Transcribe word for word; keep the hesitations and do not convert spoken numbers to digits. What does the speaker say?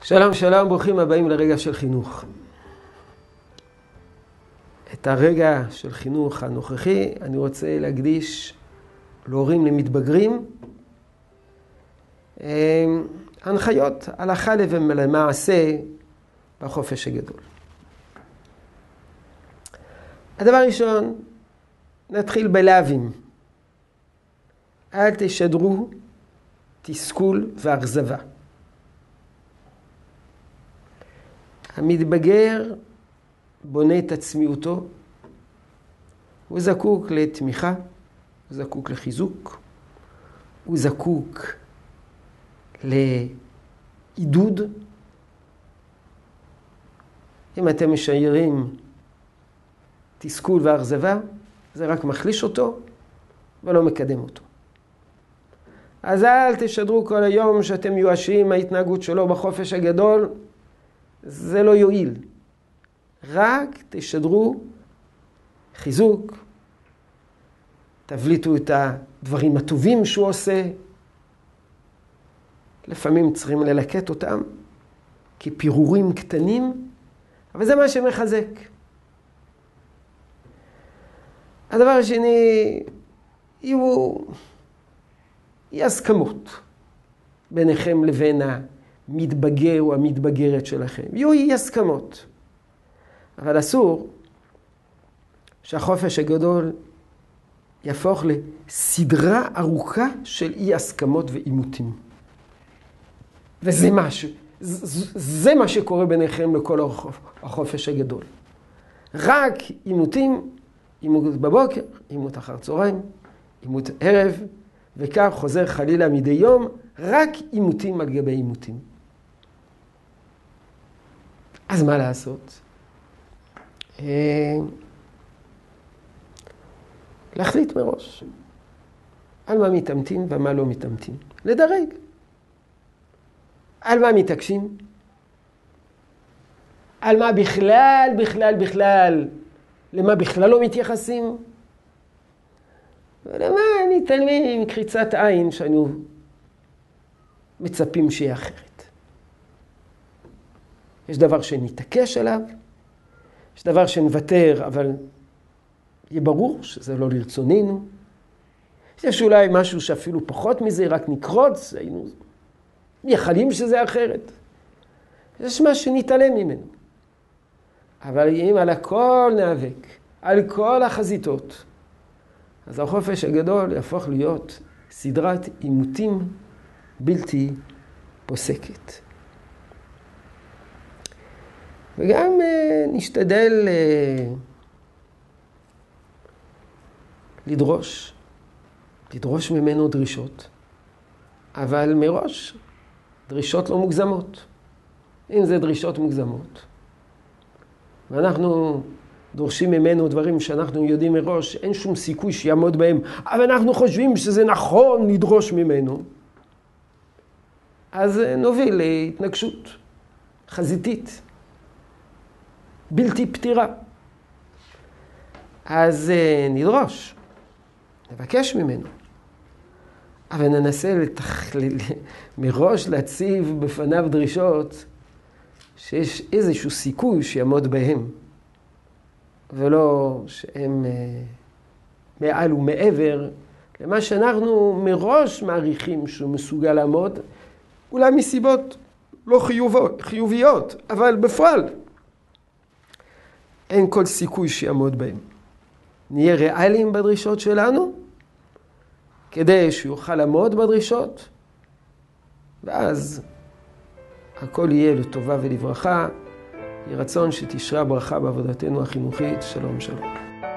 שלום שלום, ברוכים הבאים לרגע של חינוך. את הרגע של חינוך הנוכחי אני רוצה להקדיש להורים למתבגרים הנחיות הלכה למעשה בחופש הגדול. הדבר הראשון, נתחיל בלאווים. אל תשדרו תסכול ואכזבה. המתבגר בונה את עצמיותו, הוא זקוק לתמיכה, הוא זקוק לחיזוק, הוא זקוק לעידוד. אם אתם משיירים תסכול ואכזבה, זה רק מחליש אותו ולא מקדם אותו. אז אל תשדרו כל היום שאתם מיואשים מההתנהגות שלו בחופש הגדול, זה לא יועיל. רק תשדרו חיזוק, תבליטו את הדברים הטובים שהוא עושה. לפעמים צריכים ללקט אותם כפירורים קטנים, אבל זה מה שמחזק. הדבר השני, יהיו אי הסכמות ביניכם לבין המתבגר או המתבגרת שלכם. יהיו אי הסכמות. אבל אסור שהחופש הגדול יהפוך לסדרה ארוכה של אי הסכמות ועימותים. וזה משהו, זה מה שקורה ביניכם לכל החופש הגדול. רק עימותים, עימות בבוקר, עימות אחר צהריים, עימות ערב, וכך חוזר חלילה מדי יום, רק עימותים על גבי עימותים. אז מה לעשות? להחליט מראש על מה מתאמתים ומה לא מתאמתים. לדרג. על מה מתעקשים? על מה בכלל, בכלל, בכלל, למה בכלל לא מתייחסים? ולמה מתעלמים עם קריצת עין שאנו מצפים שיהיה אחרת? יש דבר שנתעקש עליו, יש דבר שנוותר, אבל יהיה ברור שזה לא לרצוננו. יש אולי משהו שאפילו פחות מזה, רק נקרוץ, היינו מייחלים שזה אחרת. יש מה שנתעלם ממנו. אבל אם על הכל נאבק, על כל החזיתות, אז החופש הגדול יהפוך להיות סדרת עימותים בלתי פוסקת. וגם uh, נשתדל uh, לדרוש, לדרוש ממנו דרישות, אבל מראש דרישות לא מוגזמות. אם זה דרישות מוגזמות, ואנחנו דורשים ממנו דברים שאנחנו יודעים מראש, אין שום סיכוי שיעמוד בהם, אבל אנחנו חושבים שזה נכון לדרוש ממנו, אז נוביל להתנגשות חזיתית. בלתי פתירה. אז נדרוש, נבקש ממנו. אבל ננסה לתח... מראש להציב בפניו דרישות שיש איזשהו סיכוי שיעמוד בהם, ולא שהם מעל ומעבר למה שאנחנו מראש מעריכים שהוא מסוגל לעמוד, אולי מסיבות לא חיוביות, חיוביות, אבל בפועל אין כל סיכוי שיעמוד בהם. נהיה ריאליים בדרישות שלנו, כדי שיוכל לעמוד בדרישות, ואז הכל יהיה לטובה ולברכה. יהי רצון שתשרה ברכה בעבודתנו החינוכית. שלום שלום.